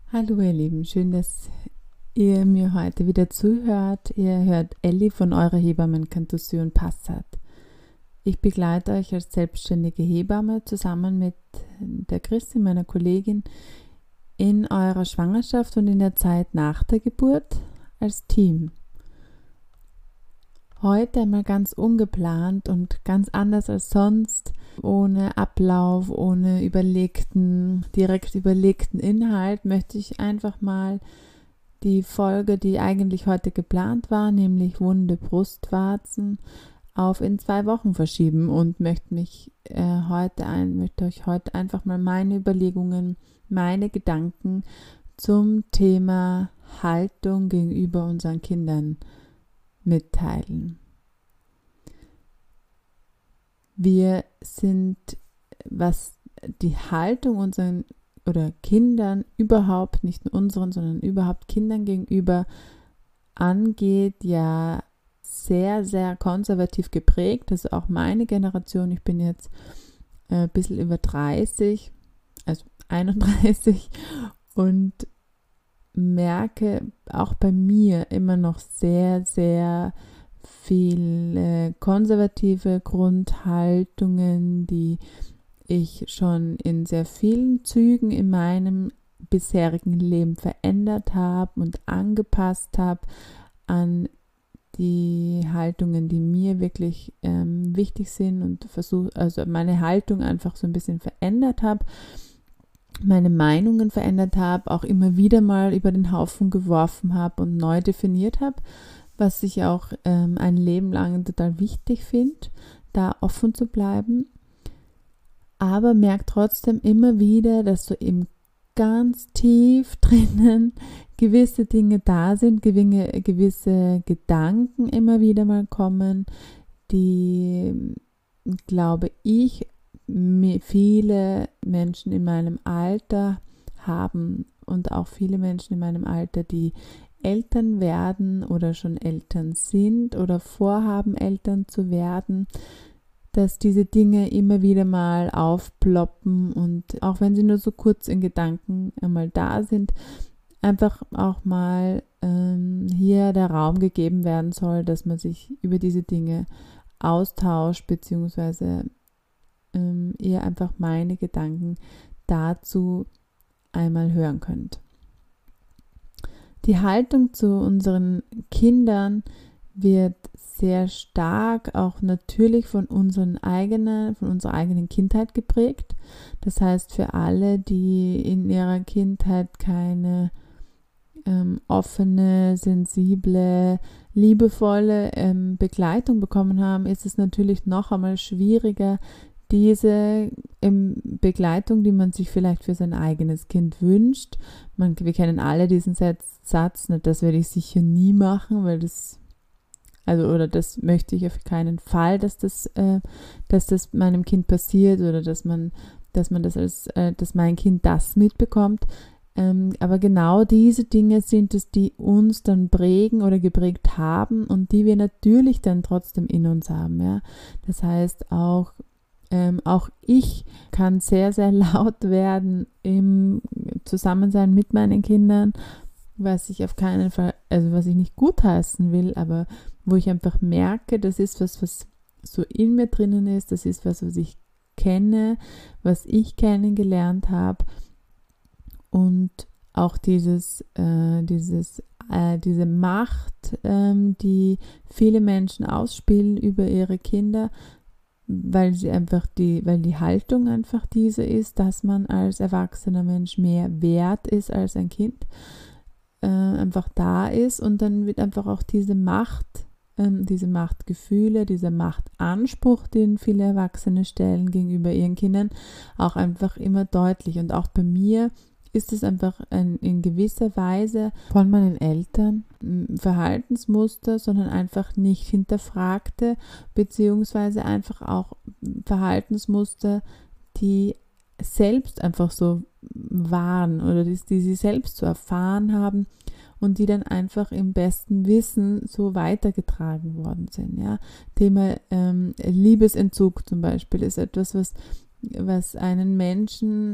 Hallo ihr Lieben, schön, dass ihr mir heute wieder zuhört. Ihr hört Elli von eurer Hebammenkantosion Passat. Ich begleite euch als selbstständige Hebamme zusammen mit der Christi, meiner Kollegin, in eurer Schwangerschaft und in der Zeit nach der Geburt als Team. Heute einmal ganz ungeplant und ganz anders als sonst, ohne Ablauf, ohne direkt überlegten Inhalt, möchte ich einfach mal die Folge, die eigentlich heute geplant war, nämlich Wunde Brustwarzen, auf in 2 Wochen verschieben und möchte euch heute einfach mal meine Überlegungen, meine Gedanken zum Thema Haltung gegenüber unseren Kindern mitteilen. Wir sind, was die Haltung unseren oder Kindern überhaupt, nicht nur unseren, sondern überhaupt Kindern gegenüber angeht, ja sehr, sehr konservativ geprägt. Also auch meine Generation, ich bin jetzt ein bisschen über 30, also 31 und merke auch bei mir immer noch sehr, sehr viele konservative Grundhaltungen, die ich schon in sehr vielen Zügen in meinem bisherigen Leben verändert habe und angepasst habe an die Haltungen, die mir wirklich wichtig sind und also meine Haltung einfach so ein bisschen verändert habe, meine Meinungen verändert habe, auch immer wieder mal über den Haufen geworfen habe und neu definiert habe, was ich auch ein Leben lang total wichtig finde, da offen zu bleiben. Aber merke trotzdem immer wieder, dass so eben ganz tief drinnen gewisse Dinge da sind, gewisse Gedanken immer wieder mal kommen, die, glaube ich, viele Menschen in meinem Alter haben und auch viele Menschen in meinem Alter, die Eltern werden oder schon Eltern sind oder vorhaben, Eltern zu werden, dass diese Dinge immer wieder mal aufploppen und auch wenn sie nur so kurz in Gedanken einmal da sind, einfach auch mal hier der Raum gegeben werden soll, dass man sich über diese Dinge austauscht, beziehungsweise ihr einfach meine Gedanken dazu einmal hören könnt. Die Haltung zu unseren Kindern wird sehr stark auch natürlich von unserer eigenen Kindheit geprägt. Das heißt, für alle, die in ihrer Kindheit keine offene, sensible, liebevolle Begleitung bekommen haben, ist es natürlich noch einmal schwieriger, diese Begleitung, die man sich vielleicht für sein eigenes Kind wünscht. Wir kennen alle diesen Satz, das werde ich sicher nie machen, weil das möchte ich auf keinen Fall, dass das meinem Kind passiert oder dass mein Kind das mitbekommt. Aber genau diese Dinge sind es, die uns dann prägen oder geprägt haben und die wir natürlich dann trotzdem in uns haben. Ja? Das heißt, auch ich kann sehr, sehr laut werden im Zusammensein mit meinen Kindern, was ich auf keinen Fall, also was ich nicht gutheißen will, aber wo ich einfach merke, das ist was so in mir drinnen ist, das ist was ich kenne, was ich kennengelernt habe und auch diese Macht, die viele Menschen ausspielen über ihre Kinder, weil die Haltung einfach diese ist, dass man als erwachsener Mensch mehr wert ist als ein Kind, einfach da ist und dann wird einfach auch diese Machtgefühle, dieser Machtanspruch, den viele Erwachsene stellen gegenüber ihren Kindern, auch einfach immer deutlich. Und auch bei mir ist es einfach in gewisser Weise von meinen Eltern Verhaltensmuster, sondern einfach nicht hinterfragte, beziehungsweise einfach auch Verhaltensmuster, die selbst einfach so waren oder die sie selbst so erfahren haben und die dann einfach im besten Wissen so weitergetragen worden sind. Ja? Thema Liebesentzug zum Beispiel ist etwas, was einen Menschen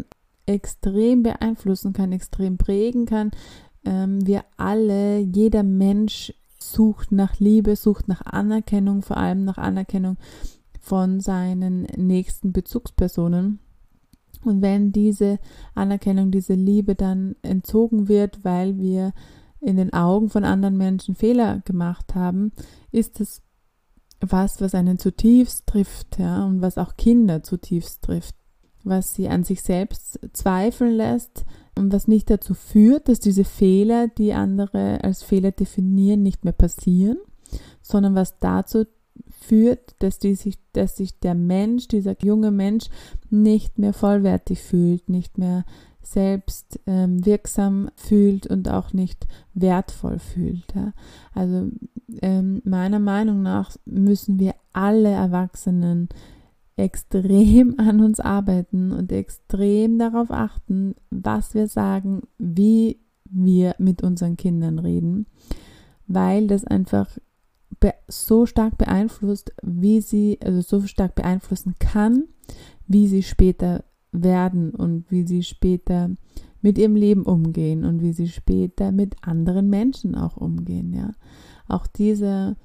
extrem beeinflussen kann, extrem prägen kann. Wir alle, jeder Mensch sucht nach Liebe, sucht nach Anerkennung, vor allem nach Anerkennung von seinen nächsten Bezugspersonen. Und wenn diese Anerkennung, diese Liebe dann entzogen wird, weil wir in den Augen von anderen Menschen Fehler gemacht haben, ist es was einen zutiefst trifft, ja, und was auch Kinder zutiefst trifft, was sie an sich selbst zweifeln lässt und was nicht dazu führt, dass diese Fehler, die andere als Fehler definieren, nicht mehr passieren, sondern was dazu führt, dass sich der Mensch, dieser junge Mensch, nicht mehr vollwertig fühlt, nicht mehr selbst wirksam fühlt und auch nicht wertvoll fühlt. Ja. Also meiner Meinung nach müssen wir alle Erwachsenen extrem an uns arbeiten und extrem darauf achten, was wir sagen, wie wir mit unseren Kindern reden, weil das einfach so stark beeinflusst, so stark beeinflussen kann, wie sie später werden und wie sie später mit ihrem Leben umgehen und wie sie später mit anderen Menschen auch umgehen, ja. Auch dieses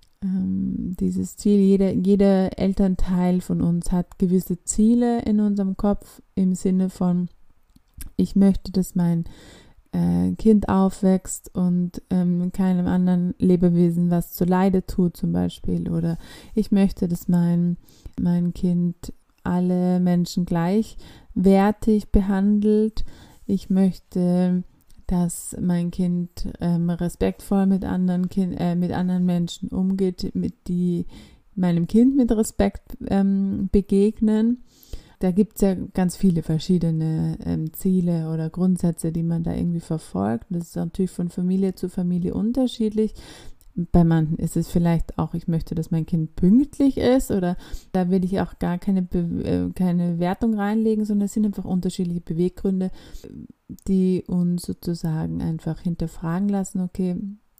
Ziel, jeder Elternteil von uns hat gewisse Ziele in unserem Kopf im Sinne von, ich möchte, dass mein Kind aufwächst und keinem anderen Lebewesen was zuleide tut zum Beispiel, oder ich möchte, dass mein Kind alle Menschen gleichwertig behandelt, ich möchte, dass mein Kind respektvoll mit anderen Menschen umgeht, die meinem Kind mit Respekt begegnen. Da gibt es ja ganz viele verschiedene Ziele oder Grundsätze, die man da irgendwie verfolgt. Das ist natürlich von Familie zu Familie unterschiedlich. Bei manchen ist es vielleicht auch, ich möchte, dass mein Kind pünktlich ist, oder da will ich auch gar keine Wertung reinlegen, sondern es sind einfach unterschiedliche Beweggründe, die uns sozusagen einfach hinterfragen lassen, okay,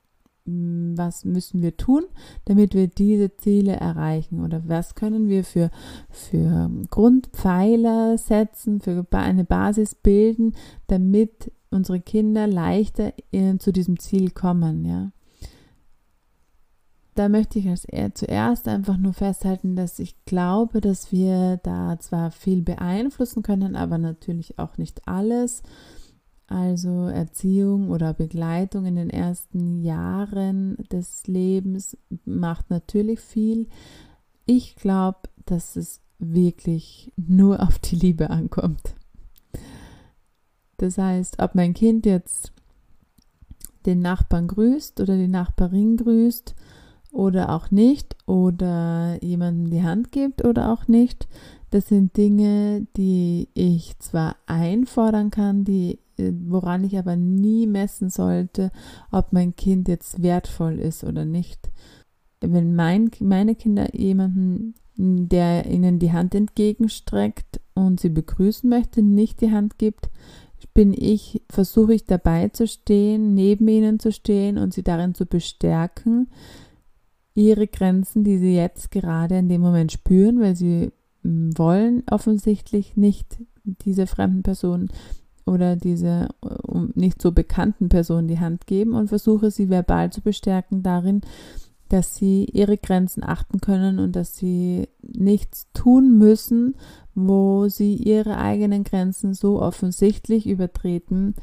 was müssen wir tun, damit wir diese Ziele erreichen, oder was können wir für Grundpfeiler setzen, für eine Basis bilden, damit unsere Kinder leichter zu diesem Ziel kommen, ja. Da möchte ich zuerst einfach nur festhalten, dass ich glaube, dass wir da zwar viel beeinflussen können, aber natürlich auch nicht alles. Also Erziehung oder Begleitung in den ersten Jahren des Lebens macht natürlich viel. Ich glaube, dass es wirklich nur auf die Liebe ankommt. Das heißt, ob mein Kind jetzt den Nachbarn grüßt oder die Nachbarin grüßt oder auch nicht, oder jemandem die Hand gibt oder auch nicht, das sind Dinge, die ich zwar einfordern kann, woran ich aber nie messen sollte, ob mein Kind jetzt wertvoll ist oder nicht. Wenn meine Kinder jemanden, der ihnen die Hand entgegenstreckt und sie begrüßen möchte, nicht die Hand gibt, versuche ich dabei zu stehen, neben ihnen zu stehen und sie darin zu bestärken, ihre Grenzen, die sie jetzt gerade in dem Moment spüren, weil sie wollen offensichtlich nicht dieser fremden Person oder dieser nicht so bekannten Person die Hand geben, und versuche sie verbal zu bestärken darin, dass sie ihre Grenzen achten können und dass sie nichts tun müssen, wo sie ihre eigenen Grenzen so offensichtlich übertreten,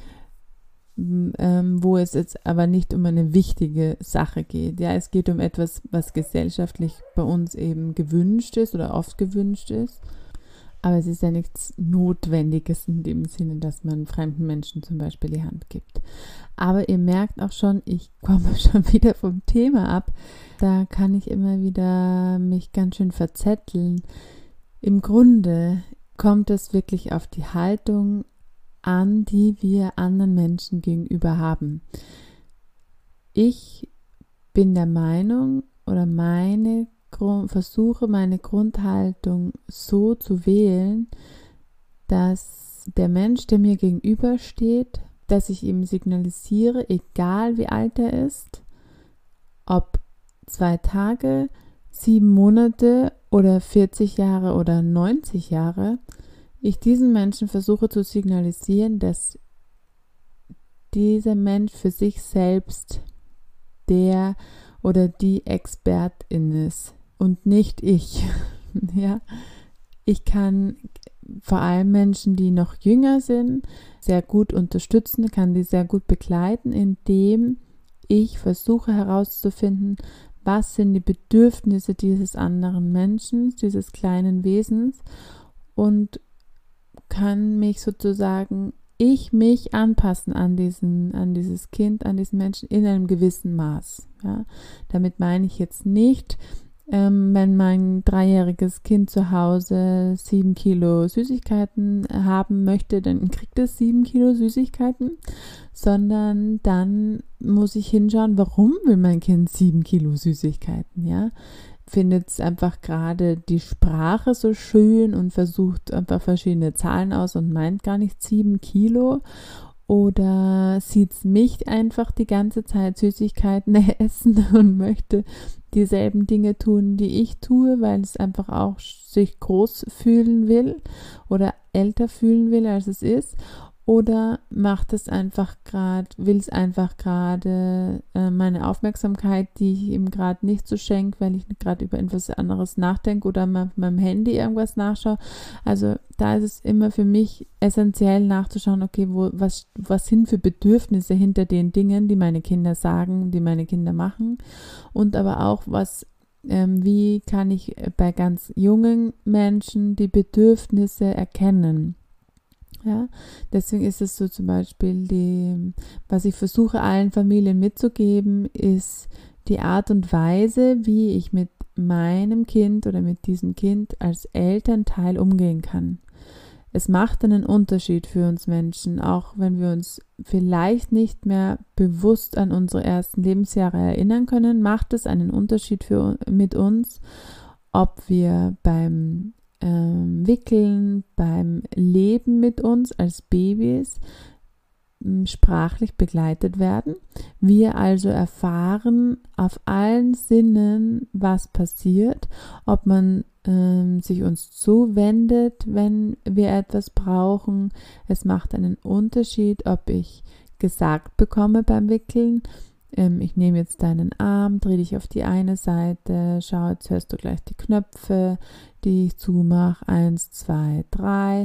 wo es jetzt aber nicht um eine wichtige Sache geht. Ja, es geht um etwas, was gesellschaftlich bei uns eben gewünscht ist oder oft gewünscht ist. Aber es ist ja nichts Notwendiges in dem Sinne, dass man fremden Menschen zum Beispiel die Hand gibt. Aber ihr merkt auch schon, ich komme schon wieder vom Thema ab. Da kann ich immer wieder mich ganz schön verzetteln. Im Grunde kommt es wirklich auf die Haltung an, die wir anderen Menschen gegenüber haben. Ich bin der Meinung oder versuche meine Grundhaltung so zu wählen, dass der Mensch, der mir gegenübersteht, dass ich ihm signalisiere, egal wie alt er ist, ob 2 Tage, 7 Monate oder 40 Jahre oder 90 Jahre, ich diesen Menschen versuche zu signalisieren, dass dieser Mensch für sich selbst der oder die Expertin ist und nicht ich. Ja, ich kann vor allem Menschen, die noch jünger sind, sehr gut unterstützen, kann die sehr gut begleiten, indem ich versuche herauszufinden, was sind die Bedürfnisse dieses anderen Menschen, dieses kleinen Wesens, und kann mich sozusagen mich anpassen an dieses Kind, an diesen Menschen in einem gewissen Maß. Ja? Damit meine ich jetzt nicht, wenn mein 3-jähriges Kind zu Hause 7 Kilo Süßigkeiten haben möchte, dann kriegt es 7 Kilo Süßigkeiten, sondern dann muss ich hinschauen, warum will mein Kind 7 Kilo Süßigkeiten, ja? Findet es einfach gerade die Sprache so schön und versucht einfach verschiedene Zahlen aus und meint gar nicht 7 Kilo? Oder sieht es mich einfach die ganze Zeit Süßigkeiten essen und möchte dieselben Dinge tun, die ich tue, weil es einfach auch sich groß fühlen will oder älter fühlen will, als es ist? Oder macht es einfach gerade, will es einfach gerade meine Aufmerksamkeit, die ich ihm gerade nicht so schenke, weil ich gerade über etwas anderes nachdenke oder mit meinem Handy irgendwas nachschaue. Also da ist es immer für mich essentiell nachzuschauen, okay, was sind für Bedürfnisse hinter den Dingen, die meine Kinder sagen, die meine Kinder machen, und aber auch wie kann ich bei ganz jungen Menschen die Bedürfnisse erkennen. Ja, deswegen ist es so zum Beispiel, was ich versuche allen Familien mitzugeben, ist die Art und Weise, wie ich mit meinem Kind oder mit diesem Kind als Elternteil umgehen kann. Es macht einen Unterschied für uns Menschen, auch wenn wir uns vielleicht nicht mehr bewusst an unsere ersten Lebensjahre erinnern können, macht es einen Unterschied mit uns, ob wir beim Wickeln, beim Leben mit uns als Babys sprachlich begleitet werden. Wir also erfahren auf allen Sinnen, was passiert, ob man sich uns zuwendet, wenn wir etwas brauchen. Es macht einen Unterschied, ob ich gesagt bekomme beim Wickeln, ich nehme jetzt deinen Arm, drehe dich auf die eine Seite, schau, jetzt hörst du gleich die Knöpfe, die ich zumache, 1, 2, 3,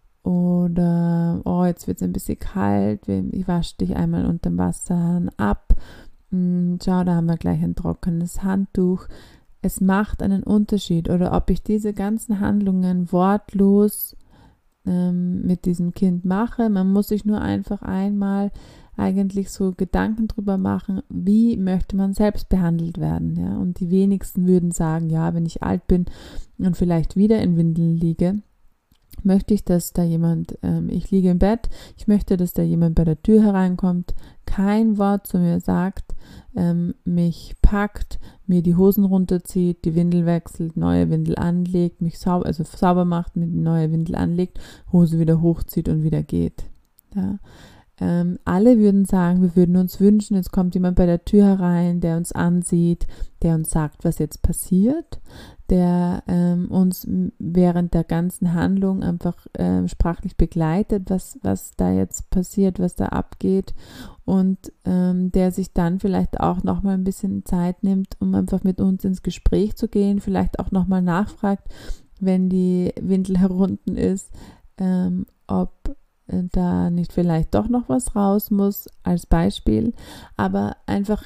oder, oh, jetzt wird es ein bisschen kalt, ich wasche dich einmal unter dem Wasserhahn ab, schau, da haben wir gleich ein trockenes Handtuch. Es macht einen Unterschied, oder ob ich diese ganzen Handlungen wortlos mit diesem Kind mache. Man muss sich nur einfach einmal eigentlich so Gedanken drüber machen, wie möchte man selbst behandelt werden. Ja? Und die wenigsten würden sagen, ja, wenn ich alt bin und vielleicht wieder in Windeln liege, möchte ich, dass da jemand, ich liege im Bett, ich möchte, dass da jemand bei der Tür hereinkommt, kein Wort zu mir sagt, mich packt, mir die Hosen runterzieht, die Windel wechselt, neue Windel anlegt, mich sauber macht, mir die neue Windel anlegt, Hose wieder hochzieht und wieder geht. Ja. Alle würden sagen, wir würden uns wünschen, jetzt kommt jemand bei der Tür herein, der uns ansieht, der uns sagt, was jetzt passiert, der uns während der ganzen Handlung einfach sprachlich begleitet, was da jetzt passiert, was da abgeht, und der sich dann vielleicht auch nochmal ein bisschen Zeit nimmt, um einfach mit uns ins Gespräch zu gehen, vielleicht auch nochmal nachfragt, wenn die Windel herunten ist, ob da nicht vielleicht doch noch was raus muss, als Beispiel. Aber einfach,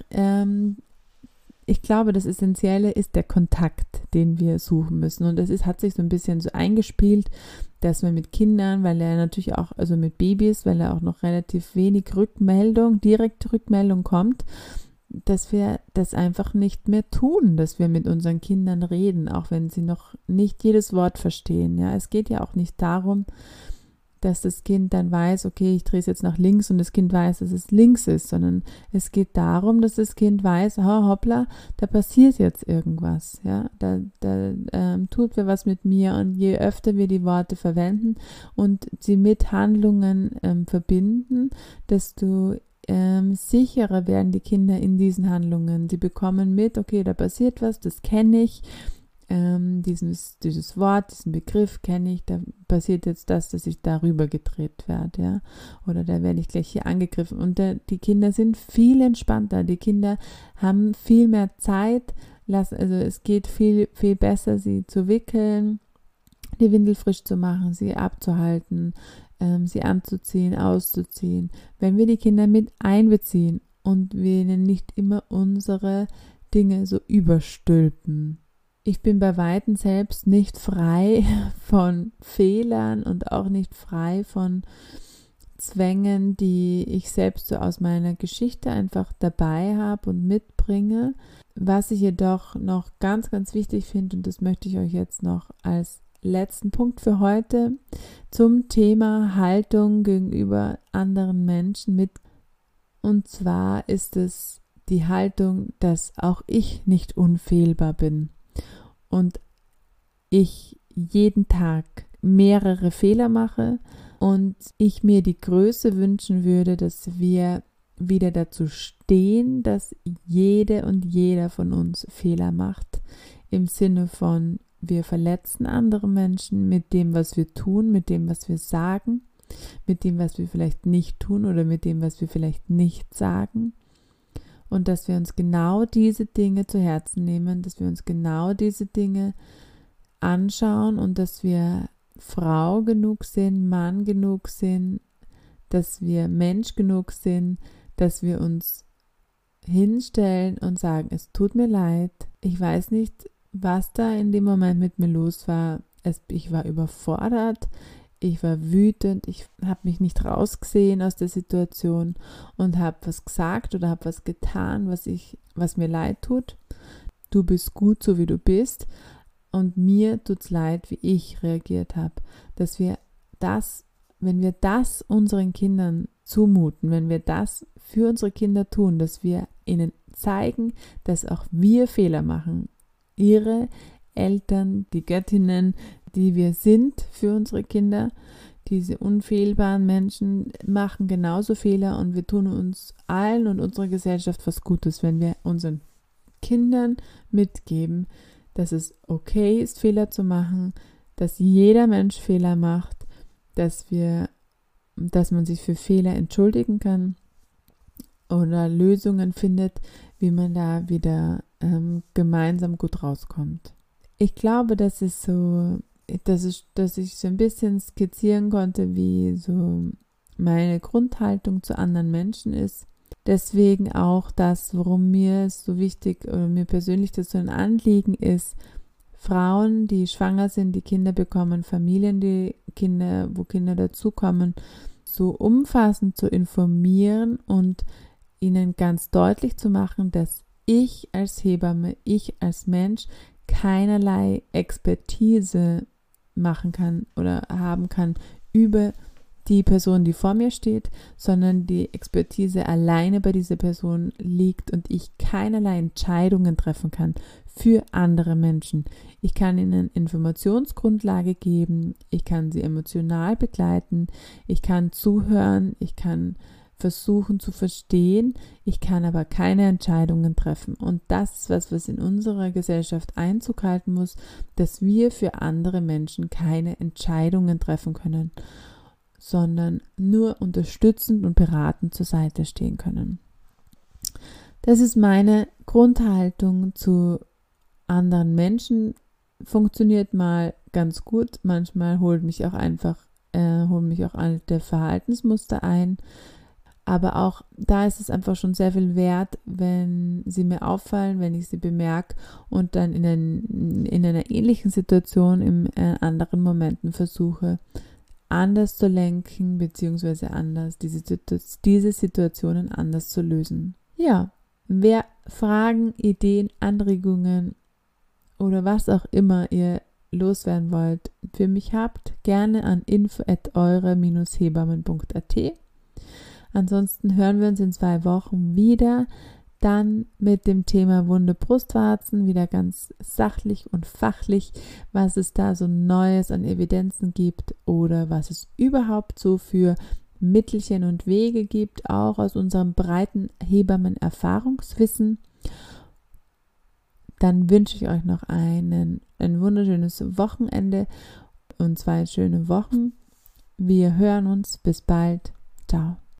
ich glaube, das Essentielle ist der Kontakt, den wir suchen müssen. Und hat sich so ein bisschen so eingespielt, dass wir mit Kindern, weil er natürlich auch, also mit Babys, weil er auch noch relativ wenig direkte Rückmeldung kommt, dass wir das einfach nicht mehr tun, dass wir mit unseren Kindern reden, auch wenn sie noch nicht jedes Wort verstehen. Ja, es geht ja auch nicht darum, dass das Kind dann weiß, okay, ich drehe es jetzt nach links und das Kind weiß, dass es links ist, sondern es geht darum, dass das Kind weiß, oh, hoppla, da passiert jetzt irgendwas, ja, da tut wer was mit mir, und je öfter wir die Worte verwenden und sie mit Handlungen verbinden, desto sicherer werden die Kinder in diesen Handlungen. Sie bekommen mit, okay, da passiert was, das kenne ich, dieses Wort, diesen Begriff kenne ich, da passiert jetzt das, dass ich darüber gedreht werde, ja, oder da werde ich gleich hier angegriffen. Und die Kinder sind viel entspannter, die Kinder haben viel mehr Zeit, also es geht viel, viel besser, sie zu wickeln, die Windel frisch zu machen, sie abzuhalten, sie anzuziehen, auszuziehen. Wenn wir die Kinder mit einbeziehen und wir ihnen nicht immer unsere Dinge so überstülpen. Ich bin bei Weitem selbst nicht frei von Fehlern und auch nicht frei von Zwängen, die ich selbst so aus meiner Geschichte einfach dabei habe und mitbringe. Was ich jedoch noch ganz, ganz wichtig finde, und das möchte ich euch jetzt noch als letzten Punkt für heute zum Thema Haltung gegenüber anderen Menschen mit. Und zwar ist es die Haltung, dass auch ich nicht unfehlbar bin und ich jeden Tag mehrere Fehler mache und ich mir die Größe wünschen würde, dass wir wieder dazu stehen, dass jede und jeder von uns Fehler macht, im Sinne von, wir verletzen andere Menschen mit dem, was wir tun, mit dem, was wir sagen, mit dem, was wir vielleicht nicht tun oder mit dem, was wir vielleicht nicht sagen. Und dass wir uns genau diese Dinge zu Herzen nehmen, dass wir uns genau diese Dinge anschauen und dass wir Frau genug sind, Mann genug sind, dass wir Mensch genug sind, dass wir uns hinstellen und sagen, es tut mir leid, ich weiß nicht, was da in dem Moment mit mir los war. Ich war überfordert, ich war wütend, ich habe mich nicht rausgesehen aus der Situation und habe was gesagt oder habe was getan, was mir leid tut. Du bist gut, so wie du bist, und mir tut's leid, wie ich reagiert habe. Dass wir das, wenn wir das unseren Kindern zumuten, wenn wir das für unsere Kinder tun, dass wir ihnen zeigen, dass auch wir Fehler machen, ihre Eltern, die Göttinnen, die wir sind für unsere Kinder, diese unfehlbaren Menschen machen genauso Fehler und wir tun uns allen und unserer Gesellschaft was Gutes, wenn wir unseren Kindern mitgeben, dass es okay ist, Fehler zu machen, dass jeder Mensch Fehler macht, dass man sich für Fehler entschuldigen kann oder Lösungen findet, wie man da wieder gemeinsam gut rauskommt. Ich glaube, dass ich so ein bisschen skizzieren konnte, wie so meine Grundhaltung zu anderen Menschen ist. Deswegen auch das, worum mir es so wichtig oder mir persönlich das so ein Anliegen ist, Frauen, die schwanger sind, die Kinder bekommen, Familien, wo Kinder dazukommen, so umfassend zu informieren und ihnen ganz deutlich zu machen, dass ich als Hebamme, ich als Mensch keinerlei Expertise machen kann oder haben kann über die Person, die vor mir steht, sondern die Expertise alleine bei dieser Person liegt und ich keinerlei Entscheidungen treffen kann für andere Menschen. Ich kann ihnen Informationsgrundlage geben, ich kann sie emotional begleiten, ich kann zuhören, ich kann versuchen zu verstehen, ich kann aber keine Entscheidungen treffen. Und das ist was in unserer Gesellschaft Einzug halten muss, dass wir für andere Menschen keine Entscheidungen treffen können, sondern nur unterstützend und beratend zur Seite stehen können. Das ist meine Grundhaltung zu anderen Menschen. Funktioniert mal ganz gut, manchmal holen mich auch alte Verhaltensmuster ein. Aber auch da ist es einfach schon sehr viel wert, wenn sie mir auffallen, wenn ich sie bemerke und dann in einer ähnlichen Situation in anderen Momenten versuche, anders zu lenken, beziehungsweise anders diese Situationen anders zu lösen. Ja, wer Fragen, Ideen, Anregungen oder was auch immer ihr loswerden wollt, für mich habt, gerne an info@eure-hebammen.at. Ansonsten hören wir uns in 2 Wochen wieder, dann mit dem Thema Wunde Brustwarzen, wieder ganz sachlich und fachlich, was es da so Neues an Evidenzen gibt oder was es überhaupt so für Mittelchen und Wege gibt, auch aus unserem breiten Hebammen-Erfahrungswissen. Dann wünsche ich euch noch einen ein wunderschönes Wochenende und 2 schöne Wochen. Wir hören uns. Bis bald. Ciao.